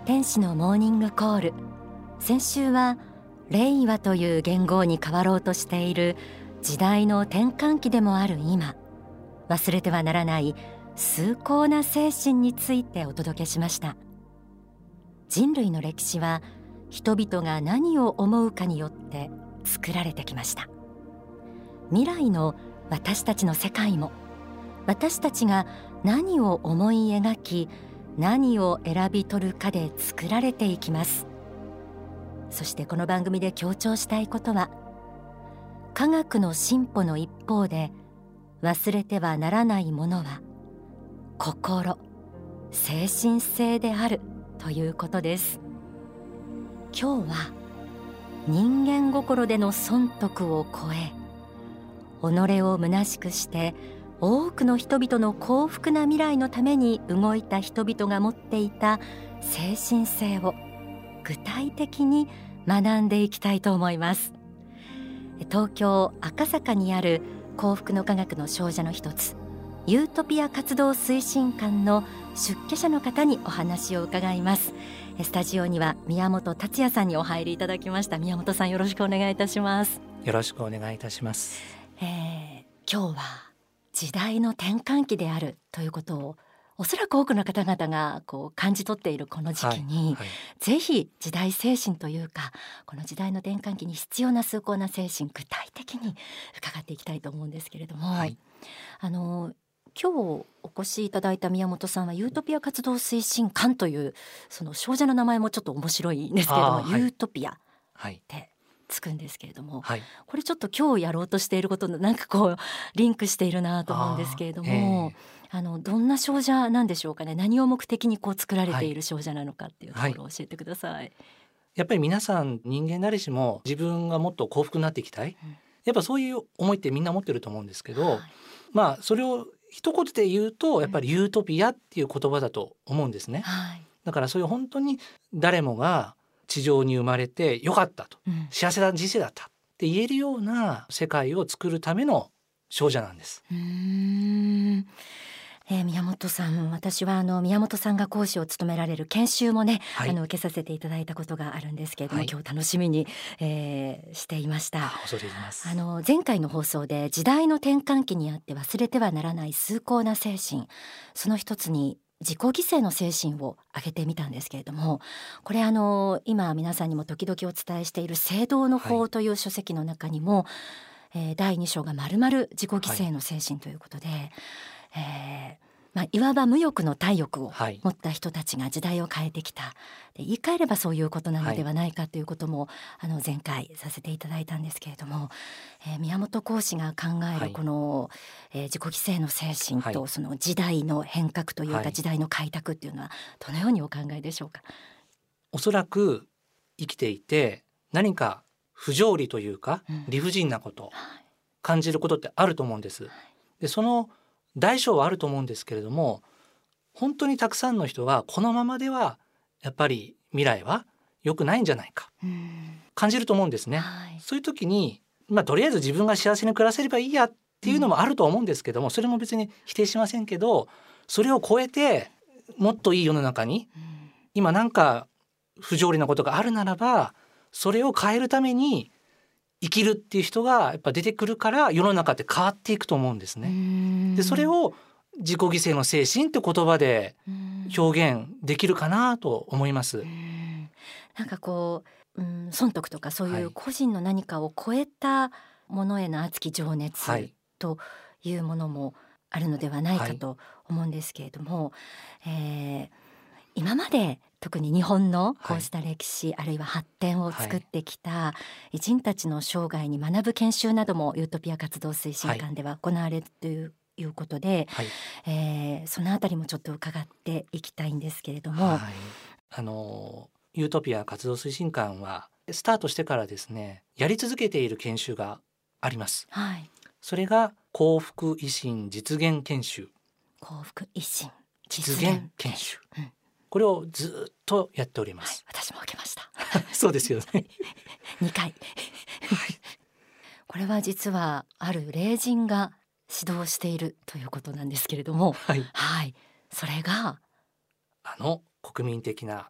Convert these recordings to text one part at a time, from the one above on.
天使のモーニングコール。先週は令和という元号に変わろうとしている時代の転換期でもある今、忘れてはならない崇高な精神についてお届けしました。人類の歴史は人々が何を思うかによって作られてきました。未来の私たちの世界も、私たちが何を思い描き何を選び取るかで作られていきます。そしてこの番組で強調したいことは、科学の進歩の一方で忘れてはならないものは心、精神性であるということです。今日は人間心での損得を超え、己を虚しくして多くの人々の幸福な未来のために動いた人々が持っていた精神性を具体的に学んでいきたいと思います。東京赤坂にある幸福の科学の商社の一つ、ユートピア活動推進館の出家者の方にお話を伺います。スタジオには宮本達也さんにお入りいただきました。宮本さん、よろしくお願いいたします。 よろしくお願いいたします。 今日は時代の転換期であるということを、おそらく多くの方々が感じ取っているこの時期に、ぜひ時代精神というか、この時代の転換期に必要な崇高な精神、具体的に伺っていきたいと思うんですけれども、今日お越しいただいた宮本さんはユートピア活動推進館という、その商社の名前もちょっと面白いんですけれども、ユートピアってつくんですけれども、これちょっと今日やろうとしていることのリンクしているなと思うんですけれども、どんな商社なんでしょうかね。何を目的に作られている商社なのかっていうところを教えてください。 やっぱり皆さん、人間誰しも自分がもっと幸福になっていきたい、やっぱそういう思いってみんな持ってると思うんですけど、それを一言で言うとやっぱりユートピアっていう言葉だと思うんですね。だからそういう本当に誰もが地上に生まれてよかったと、幸せな人生だったって言えるような世界を作るための商社なんです。 宮本さん、私は宮本さんが講師を務められる研修もね、受けさせていただいたことがあるんですけれども、今日楽しみに、していました。 恐れ入ります。 前回の放送で時代の転換期にあって忘れてはならない崇高な精神、その一つに自己犠牲の精神を挙げてみたんですけれども、これ今皆さんにも時々お伝えしている聖道の法という書籍の中にも、第2章がまるまる自己犠牲の精神ということで、いわば無欲の大欲を持った人たちが時代を変えてきた、言い換えればそういうことなのではないかということも、前回させていただいたんですけれども、宮本講師が考えるこの、自己犠牲の精神と、その時代の変革というか、時代の開拓っていうのはどのようにお考えでしょうか。 おそらく生きていて何か不条理というか、理不尽なこと、感じることってあると思うんです。でその大小はあると思うんですけれども、本当にたくさんの人はこのままではやっぱり未来は良くないんじゃないか、感じると思うんですね。そういう時に、とりあえず自分が幸せに暮らせればいいやっていうのもあると思うんですけども、それも別に否定しませんけど、それを超えてもっといい世の中に、今なんか不条理なことがあるならば、それを変えるために生きるっていう人がやっぱ出てくるから、世の中って変わっていくと思うんですね。でそれを自己犠牲の精神って言葉で表現できるかなと思います。 損得とかそういう個人の何かを超えたものへの熱き情熱というものもあるのではないかと思うんですけれども、今まで特に日本のこうした歴史、あるいは発展を作ってきた偉人たちの生涯に学ぶ研修などもユートピア活動推進館では行われるということで、そのあたりもちょっと伺っていきたいんですけれども、 ユートピア活動推進館はスタートしてからですね、やり続けている研修があります。それが幸福維新実現研修。 幸福維新実現研修、これをずっとやっております。 私も受けましたそうですよね 2回これは実はある霊人が指導しているということなんですけれども、それが国民的な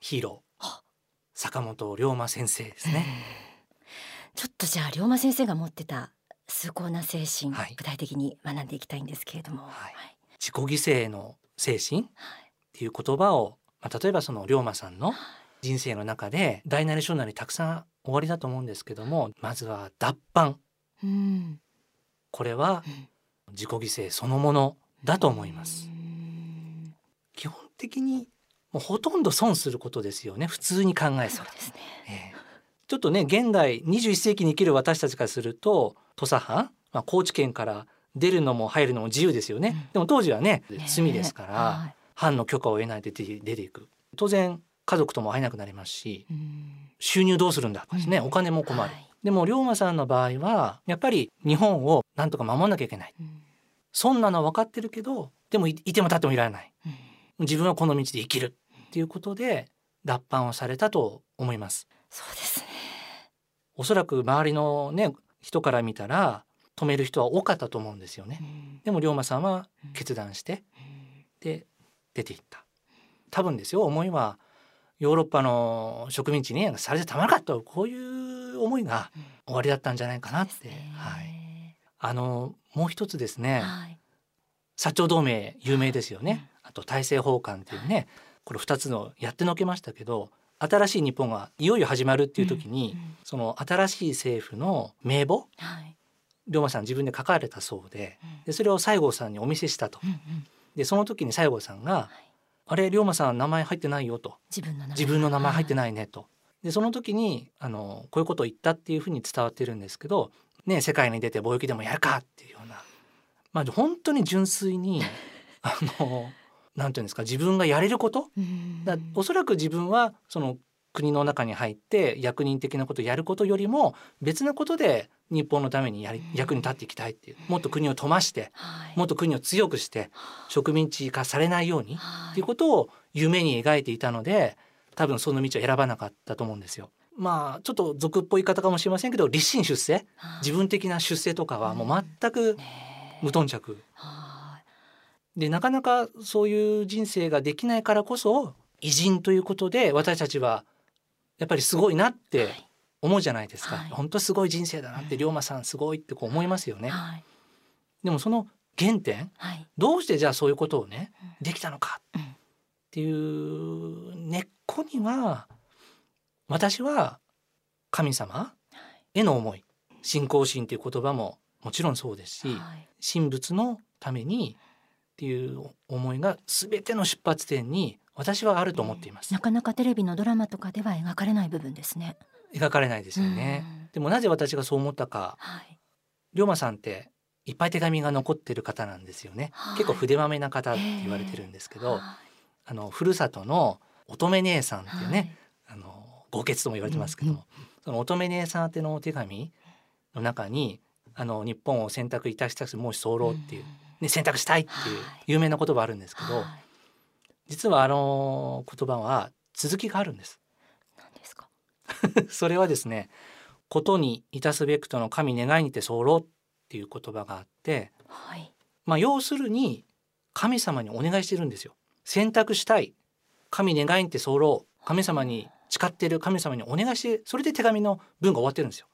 ヒーロー坂本龍馬先生ですね。 ちょっとじゃあ龍馬先生が持ってた崇高な精神、 はい具体的に学んでいきたいんですけれども、 はい自己犠牲の精神っていう言葉を、例えばその龍馬さんの人生の中で大なり小なりたくさんおありだと思うんですけども、まずは脱藩、これは自己犠牲そのものだと思います。基本的にもうほとんど損することですよね、普通に考えたら。 そうですね、 ちょっとね現代21世紀に生きる私たちからすると土佐藩、高知県から出るのも入るのも自由ですよね、でも当時はね罪ですから、藩の許可を得ないで出ていく。当然家族とも会えなくなりますし、収入どうするんだですね、お金も困る、でも龍馬さんの場合はやっぱり日本をなんとか守んなきゃいけない、そんなのは分かってるけどでも いても立ってもいられない、自分はこの道で生きるっていうことで脱藩をされたと思います。 そうですね。 おそらく周りのね人から見たら止める人は多かったと思うんですよね、でも龍馬さんは決断して、で出ていった。多分ですよ、思いはヨーロッパの植民地にされてたまらなかった、こういう思いが終わりだったんじゃないかなって、もう一つですね、薩長同盟有名ですよね、あと大政奉還っていうね、これ2つのやってのけましたけど、新しい日本がいよいよ始まるっていう時に、その新しい政府の名簿、龍馬さん自分で書かれたそうで、それを西郷さんにお見せしたと、でその時に西郷さんが、あれ龍馬さん名前入ってないよと、自分の名前入ってないねと、でその時にこういうことを言ったっていうふうに伝わってるんですけど、ね、世界に出て貿易でもやるかっていうような、本当に純粋になんていうんですか、自分がやれることだ、おそらく自分はその国の中に入って役人的なことをやることよりも別なことで日本のために役に立っていきたいっていう、もっと国を富まして、もっと国を強くして植民地化されないようにっていうことを夢に描いていたので、多分その道を選ばなかったと思うんですよ。ちょっと俗っぽい言い方かもしれませんけど、立身出世、自分的な出世とかはもう全く無頓着で、なかなかそういう人生ができないからこそ偉人ということで私たちはやっぱりすごいなって思うじゃないですか、本当すごい人生だなって、龍馬さんすごいってこう思いますよね、でもその原点、どうしてじゃあそういうことをね、できたのかっていう根っこには、私は神様への思い、信仰心という言葉ももちろんそうですし、神仏のためにっていう思いが全ての出発点に私はあると思っています。 なかなかテレビのドラマとかでは描かれない部分ですね。 描かれないですよね、でもなぜ私がそう思ったか、龍馬さんっていっぱい手紙が残ってる方なんですよね、結構筆まめな方って言われてるんですけど、ふるさとの乙女姉さんっていうね、豪傑とも言われてますけども、その乙女姉さん宛てのお手紙の中に日本を選択いたしたく申し候っていう、選択したいっていう有名な言葉あるんですけど、実は言葉は続きがあるんです。 何ですか？ それはですね、ことに致すべくとの神願いにて候っていう言葉があって、要するに神様にお願いしてるんですよ。選択したい、神願いにて候、神様に誓ってる、神様にお願いして、それで手紙の文が終わってるんですよ。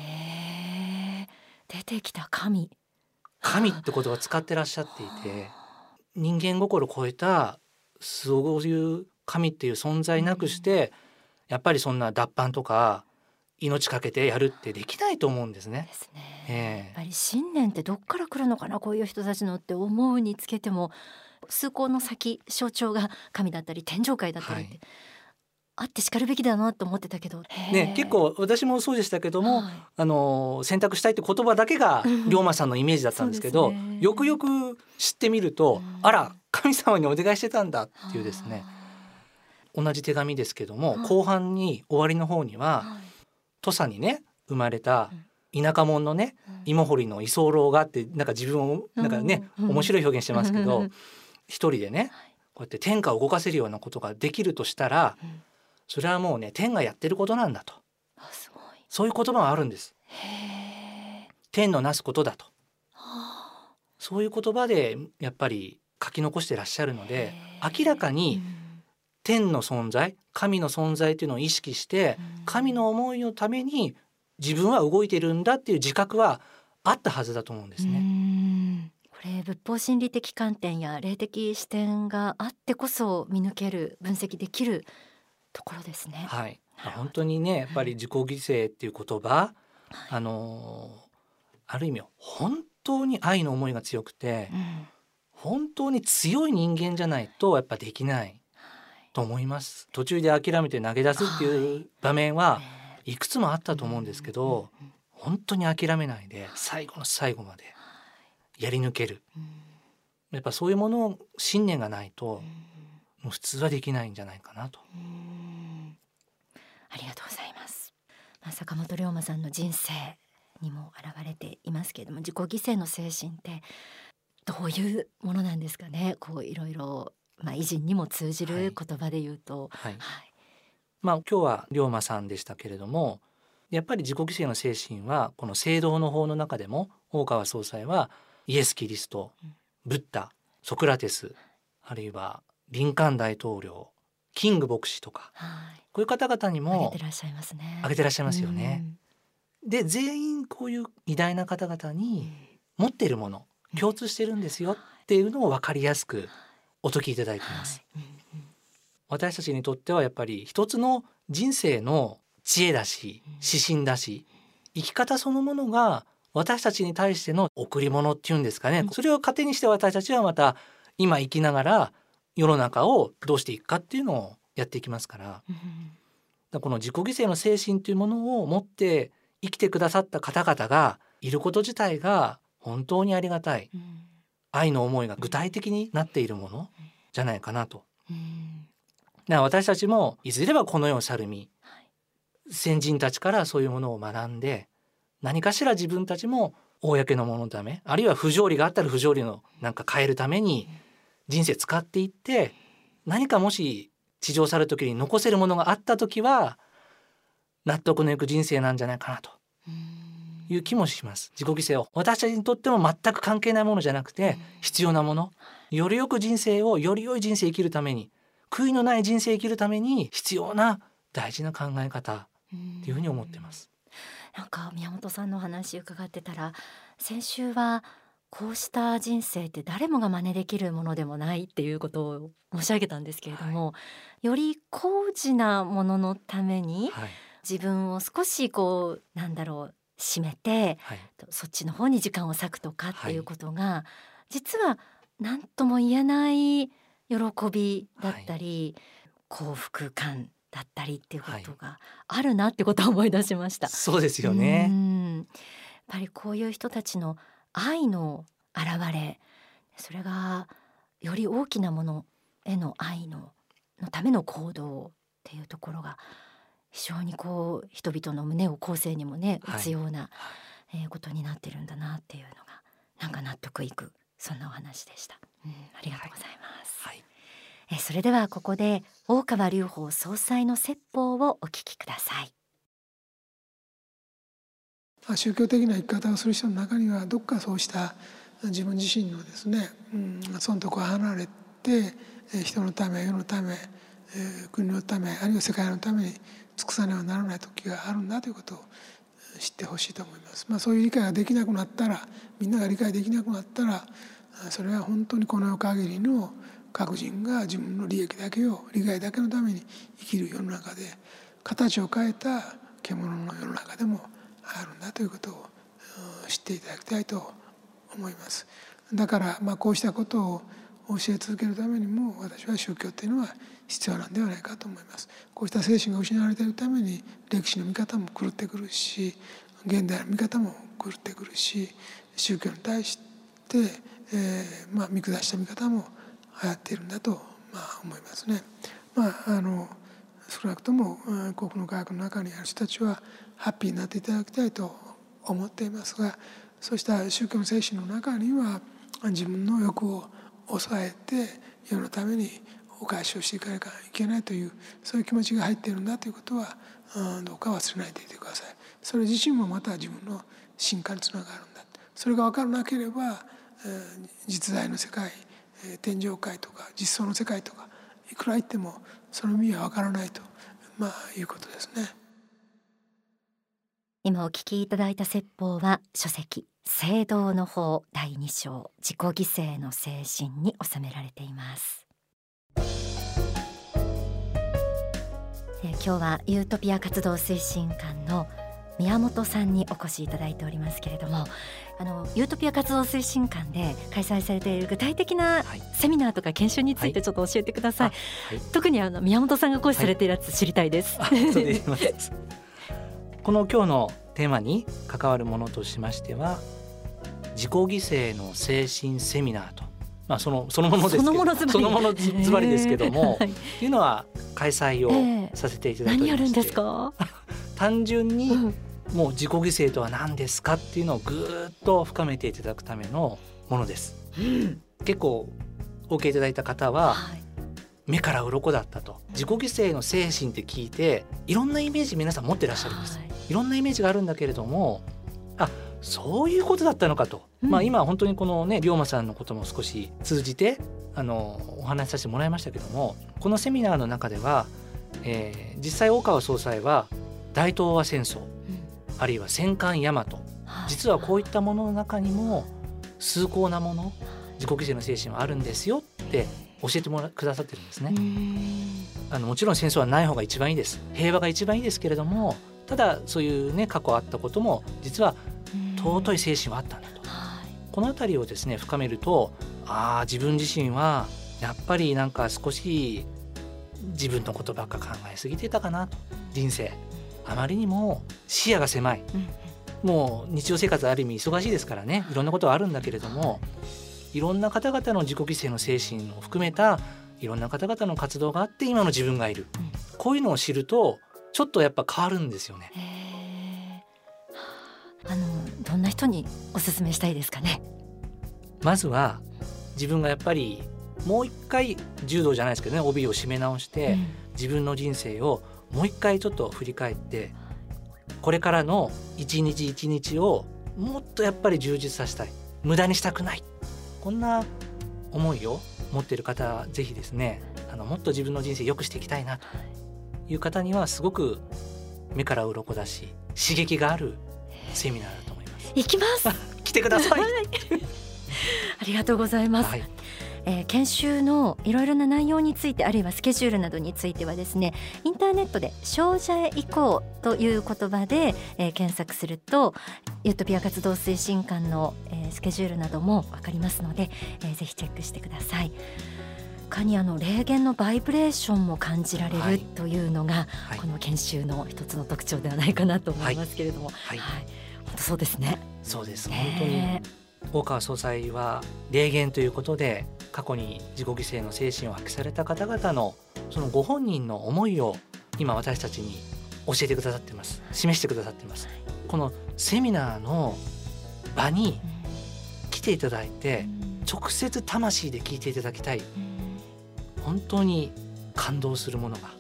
出てきた神ってことを使ってらっしゃっていて、人間心を超えたそういう神っていう存在なくして、やっぱりそんな脱藩とか命かけてやるってできないと思うんですね。 やっぱり信念ってどっから来るのかな、こういう人たちのって思うにつけても、崇高の先、象徴が神だったり天上界だったりって、あってしかるべきだなと思ってたけど、 結構私もそうでしたけども、選択したいって言葉だけが龍馬さんのイメージだったんですけど、よくよく知ってみると、あら神様にお願いしてたんだっていうですね、同じ手紙ですけども、後半に終わりの方には、土佐にね生まれた田舎者のね、芋掘りの居候があって、なんか自分をなんかね、面白い表現してますけど、一人でねこうやって天下を動かせるようなことができるとしたら、それはもうね天がやってることなんだと、 すごい、 そういう言葉があるんです。天のなすことだと、そういう言葉でやっぱり書き残してらっしゃるので、明らかに天の存在、神の存在というのを意識して、神の思いのために自分は動いているんだっていう自覚はあったはずだと思うんですね。 これ仏法真理的観点や霊的視点があってこそ見抜ける、分析できるところですね。 はい、本当にね、やっぱり自己犠牲っていう言葉、ある意味本当に愛の思いが強くて、本当に強い人間じゃないとやっぱできないと思います。途中で諦めて投げ出すっていう場面はいくつもあったと思うんですけど、本当に諦めないで最後の最後までやり抜ける、やっぱそういうものを信念がないともう普通はできないんじゃないかなと。 ありがとうございます。坂本龍馬さんの人生にも現れていますけれども、自己犠牲の精神ってどういうものなんですかね。こういろいろ、偉人にも通じる言葉で言うと、 今日は龍馬さんでしたけれども、やっぱり自己犠牲の精神はこの聖堂の法の中でも大川総裁はイエス・キリスト、ブッダ、ソクラテス、あるいはリンカーン大統領、キング牧師とか、こういう方々にも挙げてらっしゃいますね。 挙げてらっしゃいますよね。で全員こういう偉大な方々に持っているもの、共通してるんですよっていうのを分かりやすくお説きいただいています。私たちにとってはやっぱり一つの人生の知恵だし、指針だし、生き方そのものが私たちに対しての贈り物っていうんですかね、それを糧にして私たちはまた今生きながら世の中をどうしていくかっていうのをやっていきますから、この自己犠牲の精神というものを持って生きてくださった方々がいること自体が本当にありがたい、愛の思いが具体的になっているものじゃないかなと。私たちもいずれはこの世を去る身、先人たちからそういうものを学んで、何かしら自分たちも公のもののため、あるいは不条理があったら不条理の変えるために人生使っていって、何かもし地上去る時に残せるものがあった時は納得のいく人生なんじゃないかなという気もします。自己犠牲を私たちにとっても全く関係ないものじゃなくて必要なもの、よりよく人生をより良い人生生きるために、悔いのない人生生きるために必要な大事な考え方っていうふうに思ってます。 宮本さんのお話伺ってたら、先週はこうした人生って誰もが真似できるものでもないっていうことを申し上げたんですけれども、より高次なもののために自分を少し締めて、そっちの方に時間を割くとかっていうことが、実は何とも言えない喜びだったり、幸福感だったりっていうことがあるなってことを思い出しました。 そうですよね。 やっぱりこういう人たちの愛の表れ、それがより大きなものへの愛のための行動っていうところが非常に人々の胸を後世にもね打つような、ことになってるんだなっていうのが納得いく、そんなお話でした。ありがとうございます。それではここで大川隆法総裁の説法をお聞きください。 宗教的な生き方をする人の中にはどっかそうした自分自身のですね、損得を離れて人のため、世のため、国のため、あるいは世界のために尽くさねばならない時があるんだということを知ってほしいと思います。そういう理解ができなくなったら、みんなが理解できなくなったら、それは本当にこの世限りの各人が自分の利益だけを、利害だけのために生きる世の中で、形を変えた獣の世の中でもあるんだということを知っていただきたいと思います。だからこうしたことを教え続けるためにも、私は宗教というのは必要なんではないかと思います。こうした精神が失われているために歴史の見方も狂ってくるし、現代の見方も狂ってくるし、宗教に対して見下した見方も流行っているんだと思いますね。少なくとも国の科学の中にある人たちはハッピーになっていただきたいと思っていますが、そうした宗教の精神の中には自分の欲を抑えて世のためにお返しをしていかなきゃいけないという、そういう気持ちが入っているんだということはどうか忘れないでいてください。それ自身もまた自分の進化につながるんだ。それが分からなければ実在の世界、天上界とか実相の世界とかいくら言ってもその意味はわからないと、いうことですね。 今お聞きいただいた説法は書籍聖道の法第2章自己犠牲の精神に収められています。今日はユートピア活動推進館の宮本さんにお越しいただいておりますけれども、ユートピア活動推進館で開催されている具体的なセミナーとか研修についてちょっと教えてください。特に宮本さんが講師されているやつ知りたいです。 そうです。この今日のテーマに関わるものとしましては、自己犠牲の精神セミナーと、そのものですけど、そのものズバリですけども、というのは開催をさせていただいておりまして、 何やるんですか？ 単純にもう自己犠牲とは何ですかっていうのをぐーっと深めていただくためのものです。結構お受けいただいた方は、目から鱗だったと。自己犠牲の精神って聞いていろんなイメージ皆さん持ってらっしゃるんです。いろんなイメージがあるんだけれども、そういうことだったのかと、今本当にこのね龍馬さんのことも少し通じてお話しさせてもらいましたけども、このセミナーの中では、実際大川総裁は大東亜戦争、あるいは戦艦大和、実はこういったものの中にも崇高なもの、自己犠牲の精神はあるんですよって教えてくださってるんですね。もちろん戦争はない方が一番いいです。平和が一番いいですけれども、ただそういうね過去あったことも実は尊い精神はあったんだと。このあたりをですね深めると、自分自身はやっぱりなんか少し自分のことばっか考えすぎてたかなと。人生あまりにも視野が狭い、もう日常生活ある意味忙しいですからね、いろんなことはあるんだけれども、いろんな方々の自己犠牲の精神を含めたいろんな方々の活動があって今の自分がいる、こういうのを知るとちょっとやっぱ変わるんですよね。 どんな人にお勧めしたいですかね？ まずは自分がやっぱりもう一回柔道じゃないですけどね、帯を締め直して、自分の人生をもう一回ちょっと振り返って、これからの一日一日をもっとやっぱり充実させたい、無駄にしたくない、こんな思いを持っている方はぜひですね、もっと自分の人生良くしていきたいなという方にはすごく目から鱗だし刺激があるセミナーだと思います。 行きます来てくださいありがとうございます。研修のいろいろな内容について、あるいはスケジュールなどについてはですね、インターネットで精進へ行こうという言葉で、検索するとユートピア活動推進館の、スケジュールなども分かりますので、ぜひチェックしてください。他に霊言のバイブレーションも感じられるというのが、この研修の一つの特徴ではないかなと思いますけれども、本当そうですね。 そうです、本当に大川総裁は霊言ということで過去に自己犠牲の精神を発揮された方々のそのご本人の思いを今私たちに教えてくださってます、示してくださってます。このセミナーの場に来ていただいて直接魂で聞いていただきたい、本当に感動するものが。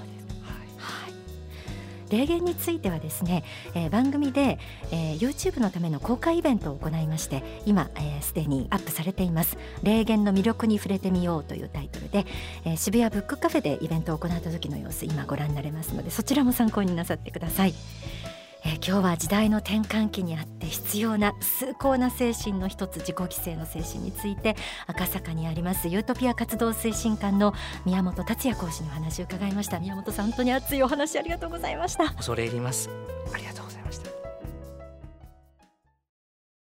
霊言についてはですね、番組で、YouTube のための公開イベントを行いまして、今すでにアップされています。霊言の魅力に触れてみようというタイトルで、渋谷ブックカフェでイベントを行った時の様子今ご覧になれますので、そちらも参考になさってください。今日は時代の転換期にあって必要な崇高な精神の一つ、自己犠牲の精神について赤坂にありますユートピア活動推進館の宮本達也講師にお話を伺いました。宮本さん、本当に熱いお話ありがとうございました。 恐れ入ります。